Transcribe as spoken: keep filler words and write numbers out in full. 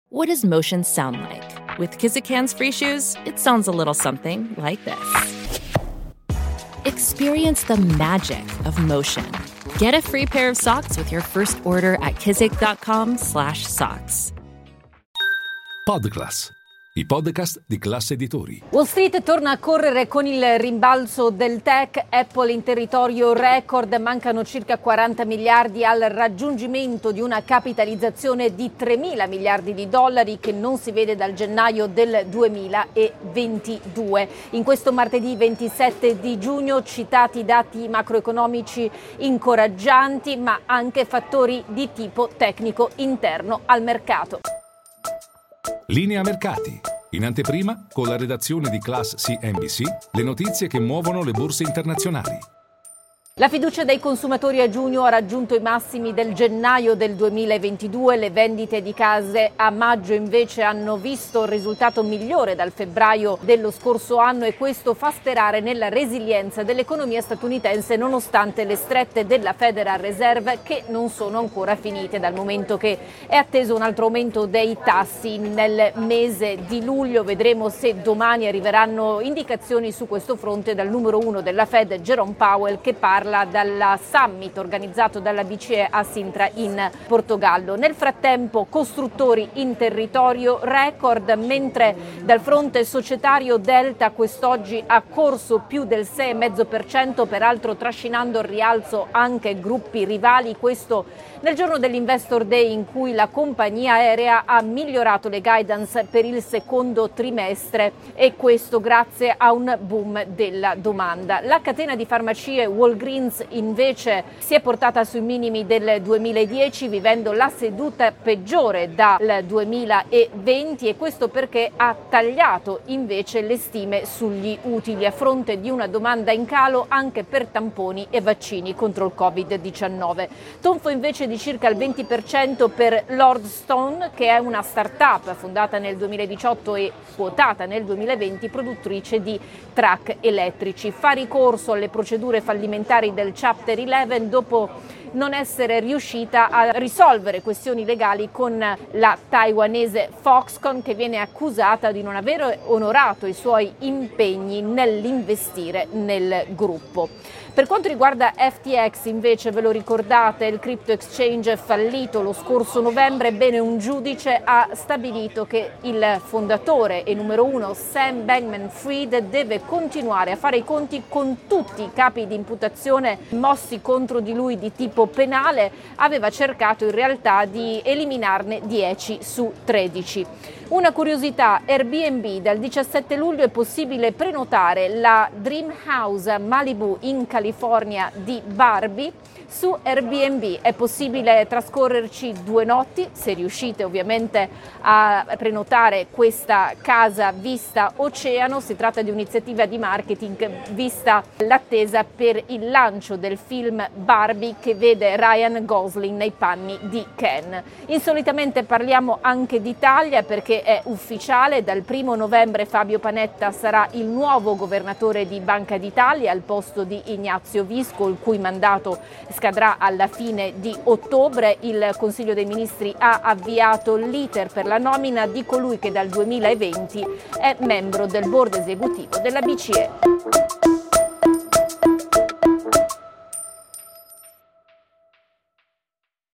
What does motion sound like? With Kizik hands-free shoes, it sounds a little something like this. Experience the magic of motion. Get a free pair of socks with your first order at kizik.com slash socks. Podclass, i podcast di Class Editori. Wall Street torna a correre con il rimbalzo del tech, Apple in territorio record, mancano circa quaranta miliardi al raggiungimento di una capitalizzazione di tremila miliardi di dollari che non si vede dal gennaio del duemilaventidue. In questo martedì ventisette di giugno citati dati macroeconomici incoraggianti, ma anche fattori di tipo tecnico interno al mercato. Linea mercati. In anteprima, con la redazione di Class C N B C, le notizie che muovono le borse internazionali. La fiducia dei consumatori a giugno ha raggiunto i massimi del gennaio del duemilaventidue, le vendite di case a maggio invece hanno visto il risultato migliore dal febbraio dello scorso anno e questo fa sperare nella resilienza dell'economia statunitense nonostante le strette della Federal Reserve che non sono ancora finite, dal momento che è atteso un altro aumento dei tassi nel mese di luglio. Vedremo se domani arriveranno indicazioni su questo fronte dal numero uno della Fed, Jerome Powell, che parla dal summit organizzato dalla B C E a Sintra in Portogallo. Nel frattempo costruttori in territorio record, mentre dal fronte societario Delta quest'oggi ha corso più del sei virgola cinque per cento, peraltro trascinando il rialzo anche gruppi rivali, questo nel giorno dell'Investor Day in cui la compagnia aerea ha migliorato le guidance per il secondo trimestre e questo grazie a un boom della domanda. La catena di farmacie Walgreens invece si è portata sui minimi del duemiladieci vivendo la seduta peggiore dal duemilaventi e questo perché ha tagliato invece le stime sugli utili a fronte di una domanda in calo anche per tamponi e vaccini contro il covid diciannove. Tonfo invece di circa il venti per cento per Lordstone, che è una start-up fondata nel duemiladiciotto e quotata nel duemilaventi, produttrice di truck elettrici. Fa ricorso alle procedure fallimentari del Chapter undici dopo non essere riuscita a risolvere questioni legali con la taiwanese Foxconn, che viene accusata di non aver onorato i suoi impegni nell'investire nel gruppo. Per quanto riguarda F T X invece, ve lo ricordate, il crypto exchange fallito lo scorso novembre, ebbene un giudice ha stabilito che il fondatore e numero uno Sam Bankman-Fried deve continuare a fare i conti con tutti i capi di imputazione mossi contro di lui di tipo penale, aveva cercato in realtà di eliminarne dieci su tredici. Una curiosità, Airbnb, dal diciassette luglio è possibile prenotare la Dream House Malibu in California di Barbie. Su Airbnb è possibile trascorrerci due notti, se riuscite ovviamente a prenotare questa casa vista oceano. Si tratta di un'iniziativa di marketing vista l'attesa per il lancio del film Barbie che vede Ryan Gosling nei panni di Ken. Insolitamente parliamo anche d'Italia perché è ufficiale, dal primo novembre Fabio Panetta sarà il nuovo governatore di Banca d'Italia al posto di Ignazio Visco, il cui mandato scadrà alla fine di ottobre. Il Consiglio dei Ministri ha avviato l'iter per la nomina di colui che dal duemilaventi è membro del board esecutivo della B C E.